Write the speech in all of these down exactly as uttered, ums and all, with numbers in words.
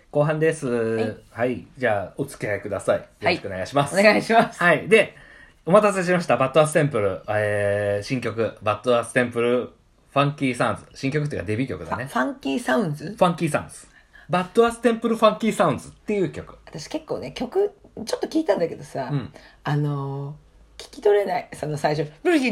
後半です。はい。 はい、じゃあ、お付き合いください。よろしくお願いします。 お願いします。 はい。で、お待たせしました。バッドアーステンプル、えー、新曲、バッドアーステンプル、ファンキーサウンズ。新曲っていうかデビュー曲だね。 ファンキーサウンズファンキーサウンズ。バッドアーステンプル、ファンキーサウンズっていう曲。 私結構ね、曲、ちょっと聞いたんだけどさ、 うん、 あのー、聞き取れない。その最初、リ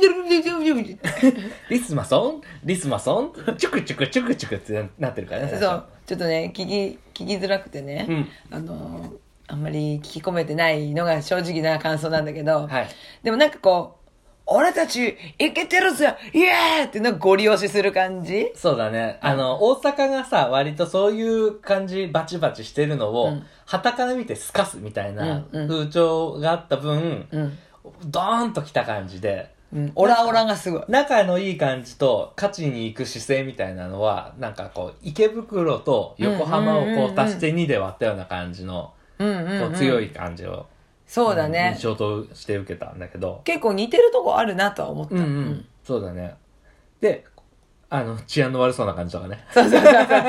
スマソンリスマソンチュクチュクチュクチュクってなってるからね、最初。 そう、ちょっとね、聞き、聞きづらくてね、うん、あのー、あんまり聞き込めてないのが正直な感想なんだけど、はい、でもなんかこう、俺たちイケてるぜイエーってなんかゴリ押しする感じ。 そうだね。あの、大阪がさ、割とそういう感じバチバチしてるのを、うん、旗から見てスカすみたいな風潮があった分、うんうん、ドーンと来た感じで、 うん、オラオラがすごい。 仲のいい感じと勝ちに行く姿勢みたいなのは、なんかこう、池袋と横浜をこう足してにで割ったような感じの、こう強い感じを。 そうだね。 印象として受けたんだけど。 結構似てるとこあるなとは思った。うん、うん、 うん。そうだね。で、あの、治安の悪そうな感じとかね。 そうそうそうそうそうそう。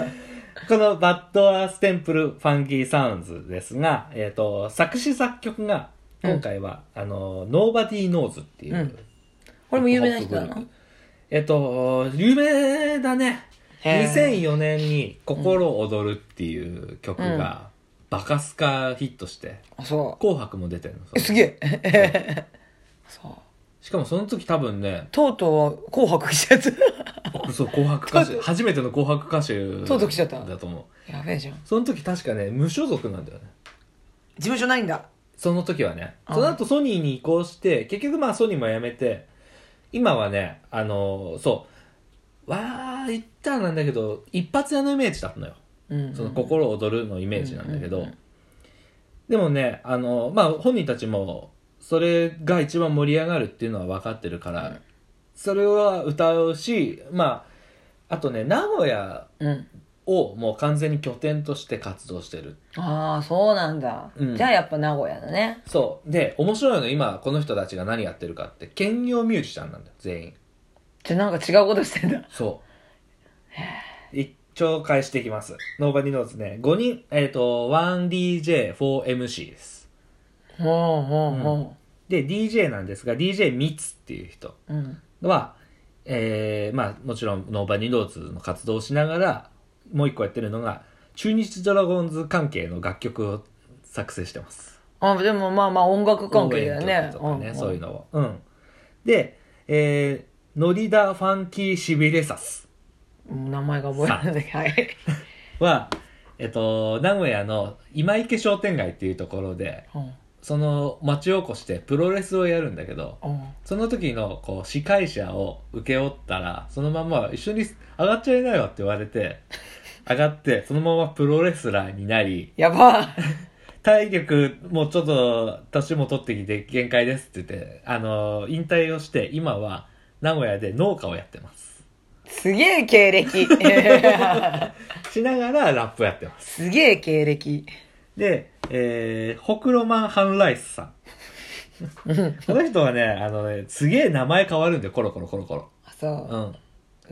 このバッドアーステンプルファンキーサウンズですが、えっと、作詞作曲が、今回は、うん、あの、Nobody Knows っていう、うん。 これも有名な人なの？ えっと、有名だね。にせんよねんに心躍るっていう曲が、うんバカスカヒットして、 そう紅白も出てるの。 えすげえそうしかもその時多分ねとうとう紅白来ちゃったそう紅白歌手初めての紅白歌手とうとう来ちゃっただと思うやべえじゃん。 その時確かね無所属なんだよね。 事務所ないんだその時はね。その後ソニーに移行して結局まあソニーも辞めて今はねあのそうわー言ったらなんだけど一発屋のイメージだったのよ。うんうん、その心躍るのイメージなんだけど、うんうんうん、でもねあのまあ本人たちもそれが一番盛り上がるっていうのは分かってるから、うん、それは歌うしまああとね名古屋をもう完全に拠点として活動してる、 うん、ああそうなんだ、うん、じゃあやっぱ名古屋だね。 そうで面白いの今この人たちが何やってるかって兼業ミュージシャンなんだよ全員。 じゃあなんか違うことしてんだ。 そうへえ紹介していきます。Nobody Knowsね。ごにん、えっ、ー、と、ワンディージェー、フォーエムシー です。 ほうほうほう。うん、 で、ディージェー なんですが、ディージェー ミツっていう人は、うん、えー、まあ、もちろん Nobody Knows の活動をしながら、もう一個やってるのが、中日ドラゴンズ関係の楽曲を作成してます。 あ、でもまあまあ音楽関係だよね。 とかね、うん、そういうのを。うん。で、えー、ノリダ・ファンキー・シビレサス。 名前が覚えられないはい。 は、えっと、名古屋の今池商店街っていうところで、うん、その町おこしでプロレスをやるんだけど、うん、その時のこう司会者を請け負ったら、そのまま一緒に上がっちゃいなよって言われて、上がって、そのままプロレスラーになり、 やば体力もうちょっと年も取ってきて限界ですって言って、あの、引退をして、今は名古屋で農家をやってます。 すげえ経歴しながらラップやってます。 すげえ経歴で、えー、ホクロマンハンライスさんこの人はねあのねすげえ名前変わるんだよコロコロコロコロ。 あそう、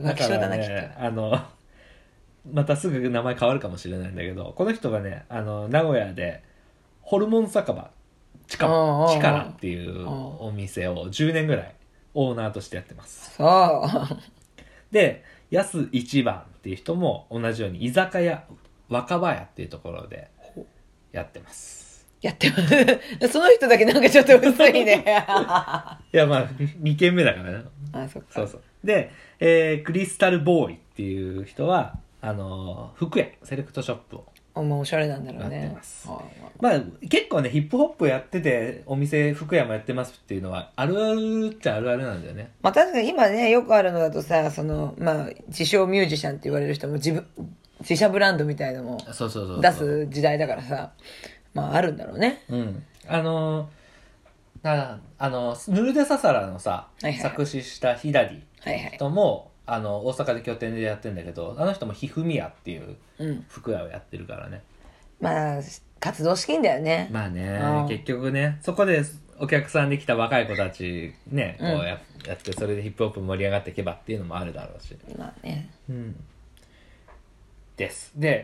うん、だからねあのまたすぐ名前変わるかもしれないんだけどこの人がねあの名古屋でホルモン酒場チカラっていうお店をじゅうねんぐらいオーナーとしてやってます。 そうで、安一番っていう人も同じように居酒屋、若葉屋っていうところでやってます。 やってますその人だけなんかちょっと薄いね。 いや、まあ、にけんめだからね。 あ、そっか。 そうそう。で、えー、クリスタルボーイっていう人は、あのー、服屋、セレクトショップを。 あ、まあ、おしゃれなんだろうね。 やってます。まあ、結構ね、ヒップホップやってて、お店、服屋もやってますっていうのは、あるあるっちゃあるあるなんだよね。 まあ確かに今ね、よくあるのだとさ、その、まあ、自称ミュージシャンって言われる人も自分、自社ブランドみたいのも出す時代だからさ、まああるんだろうね。 うん。あのー、なあの、ヌルデササラのさ、はいはい、作詞したヒダリ人も、はいはいあの大阪で拠点でやってるんだけどあの人もひふみやっていう服屋をやってるからね、 うん、まあ活動資金だよね。 まあね結局ねそこでお客さんで来た若い子たちねこう や,、うん、やってそれでヒップホップ盛り上がっていけばっていうのもあるだろうしまあね、 うん、ですで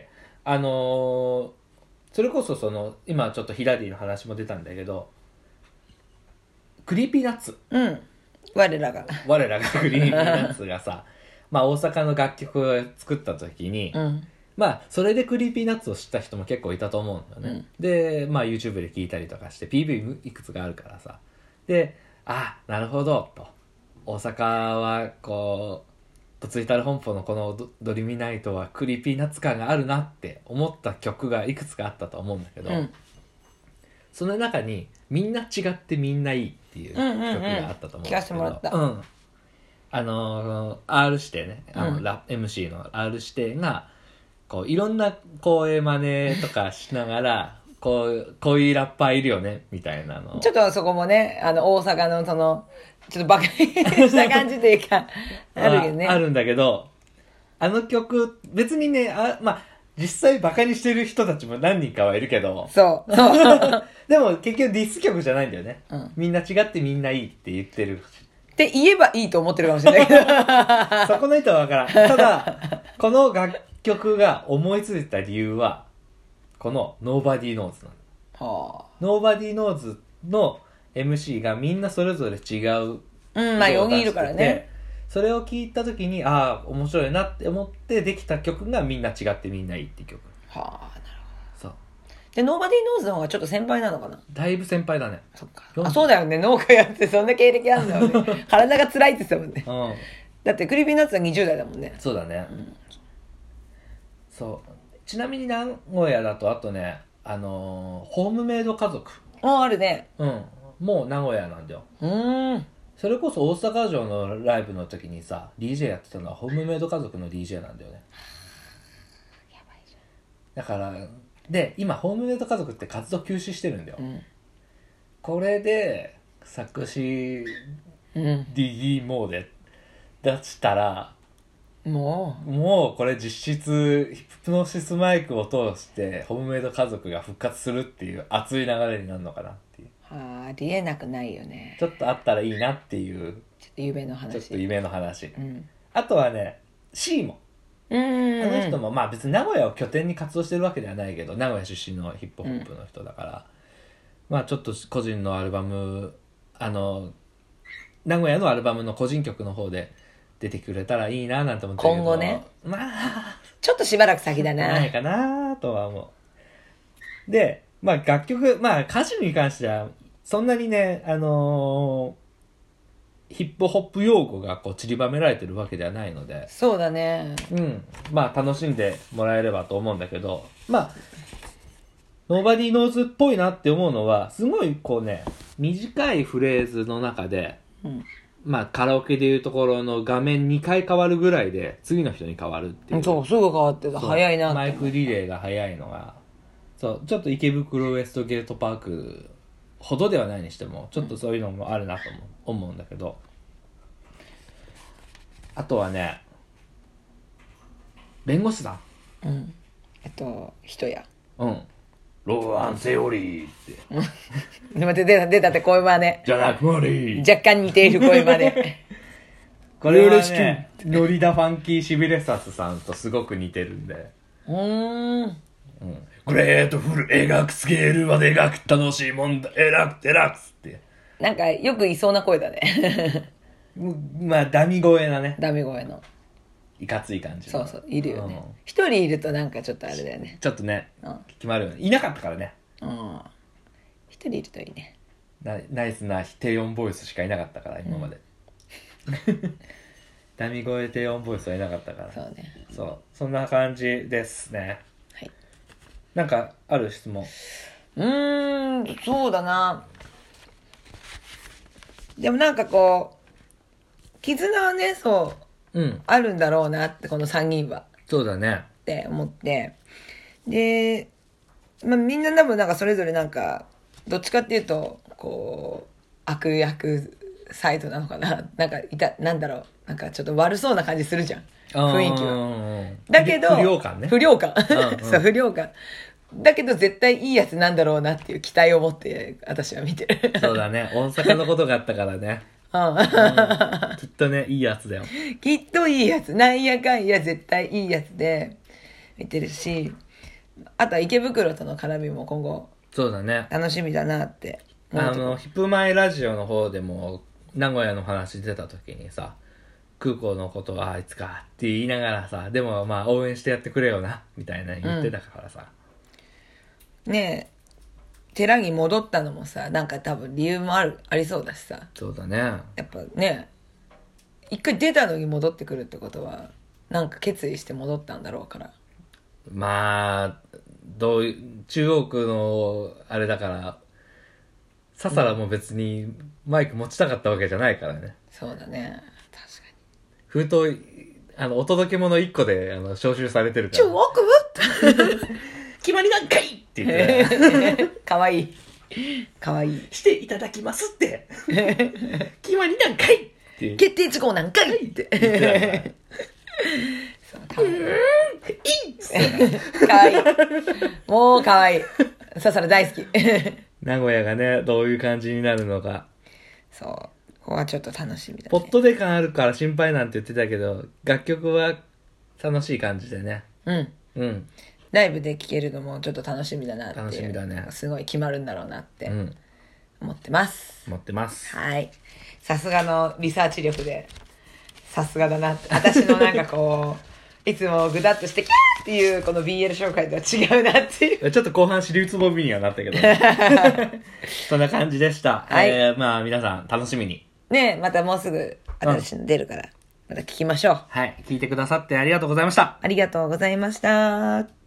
あのー、それこそその今ちょっとヒラディの話も出たんだけど、クリーピーナッツ、 うん我らが我らがクリーピーナッツがさまあ大阪の楽曲を作った時に、うん、まあそれでクリーピーナッツを知った人も結構いたと思うんだよね、うん、でまあ YouTube で聞いたりとかして ピーブイ いくつかあるからさ、であなるほどと、大阪はこうとついたる本舗のこのドリミナイトはクリーピーナッツ感があるなって思った曲がいくつかあったと思うんだけど、うん、その中にみんな違ってみんないいっていう曲があったと思うんだけど、うんうんうん、聞かせてもらった、うん、あの R 指定ね、あの、うん、ラ エムシー の R 指定がこういろんな声真似とかしながらこうこういうラッパーいるよねみたいなのちょっとそこもね、あの大阪のそのちょっとバカにした感じというかあるよね、 あるんだけど、あの曲別にね、あまあ実際バカにしてる人たちも何人かはいるけど、 そうそうでも結局ディス曲じゃないんだよね、うん、みんな違ってみんないいって言ってるって言えばいいと思ってるかもしれないけどそこの意図はわからん。ただこの楽曲が思いついた理由はこの Nobody Knows なの、はあ、Nobody Knows の エムシー がみんなそれぞれ違う、 うん、まあよにんいるからね。 それを聞いた時にああ面白いなって思ってできた曲がみんな違ってみんないいって曲。 はあ、なるほど。 そうで Nobody Knows の方がちょっと先輩なのかな。 だいぶ先輩だね。 そっか。あ、そうだよね、農家やってそんな経歴あるんだよね体が辛いって言ってたもんね、うん、だってクリーピーナッツはにじゅう代だもんね。 そうだね、うん、そうちなみに名古屋だとあとね、あのー、ホームメイド家族ああるね、 うん、もう名古屋なんだよ。 うーん、 それこそ大阪城のライブの時にさ ディージェー やってたのはホームメイド家族の ディージェー なんだよね。 やばいじゃん。だからで今ホームメイド家族って活動休止してるんだよ、うん、これで作詞 ディギー モーで出したらもうもうこれ実質ヒプノシスマイクを通してホームメイド家族が復活するっていう熱い流れになるのかなっていう。 はあ、ありえなくないよね。 ちょっとあったらいいなっていうちょっと夢の話。 ちょっと夢の話、 うん、 あとはね C もうんうんうん、 あの人もまあ別に名古屋を拠点に活動してるわけではないけど名古屋出身のヒップホップの人だから、うん、まあちょっと個人のアルバムあの名古屋のアルバムの個人曲の方で出てくれたらいいななんて思ってるけど、 今後ね、 まあちょっとしばらく先だなないかなとは思う。でまあ楽曲まあ歌詞に関してはそんなにねあのーヒップホップ用語がこう散りばめられてるわけではないので、 そうだね、 うんまあ楽しんでもらえればと思うんだけど、まあNobody Knows っぽいなって思うのはすごいこうね短いフレーズの中で、うん、まあカラオケでいうところの画面にかい変わるぐらいで次の人に変わるっていう、 そうすぐ変わってた、早いなって。 マイクリレーが早いのがそうちょっと池袋ウエストゲートパークほどではないにしてもちょっとそういうのもあるなと思うんだけど、あとはね弁護士さん、うん、えっと人やうんローアンセオリーってでも出た出たって声真似じゃなくもり若干似ている声真似これはねノリダファンキーシビレサスさんとすごく似てるんで、 うーんうん、グレートフル描くスケールまで描く楽しいもんだ描く描くってなんかよくいそうな声だねまあダミ声なね、 ダミ声のいかつい感じの、そうそういるよね一、うん、人いるとなんかちょっとあれだよね、 ちょっとね、うん、決まるよね。いなかったからね、 うん一人いるといいね。 なナイスな低音ボイスしかいなかったから今まで、うん、ダミ声低音ボイスはいなかったから、 そうね、 そうそんな感じですね。はい、なんかある質問？ うーんそうだな、でもなんかこう絆はねそう、うん、あるんだろうなってこのさんにんはそうだねって思って、で、まあ、みんな多分なんかそれぞれなんかどっちかっていうとこう悪役サイドなのかな、なんかいたなんだろうなんかちょっと悪そうな感じするじゃん雰囲気は。だけど不良感ね、 不良感そう不良感だけど絶対いいやつなんだろうなっていう期待を持って私は見てるそうだね、大阪のことがあったからねうん、きっとねいいやつだよきっといいやつ、なんやかんや絶対いいやつで見てるし、 あとは池袋との絡みも今後そうだね楽しみだなってあのヒップマイラジオの方でも名古屋の話出た時にさ空港のことはあいつかって言いながらさでもまあ応援してやってくれよなみたいな言ってたからさ、 うん、ねえ寺に戻ったのもさなんか多分理由もあるありそうだしさそうだねやっぱね一回出たのに戻ってくるってことはなんか決意して戻ったんだろうからまあどういう中央区のあれだからササラも別にマイク持ちたかったわけじゃないからね、うん、 そうだね確かに封筒あのお届け物いっこであの招集されてるから中央区決まりなんかいって言ってかわいいかわいいしていただきますって決まりなんかいって決定事項なんかいって言ってたうーんいいかわいいもうかわいいササラ大好き名古屋がねどういう感じになるのかそうここはちょっと楽しみだねポットで感あるから心配なんて言ってたけど楽曲は楽しい感じでねうんうんライブで聴けるのもちょっと楽しみだなって楽しみだねすごい決まるんだろうなって思ってます、 うん、思ってますはいさすがのリサーチ力でさすがだなって私のなんかこういつもグダッとしてキャーっていうこの ビーエル 紹介とは違うなっていうちょっと後半尻つぼみにはなったけどそんな感じでした、はいえー、まあ皆さん楽しみにねまたもうすぐ新しいの出るから、うん、また聞きましょうはい聞いてくださってありがとうございましたありがとうございました。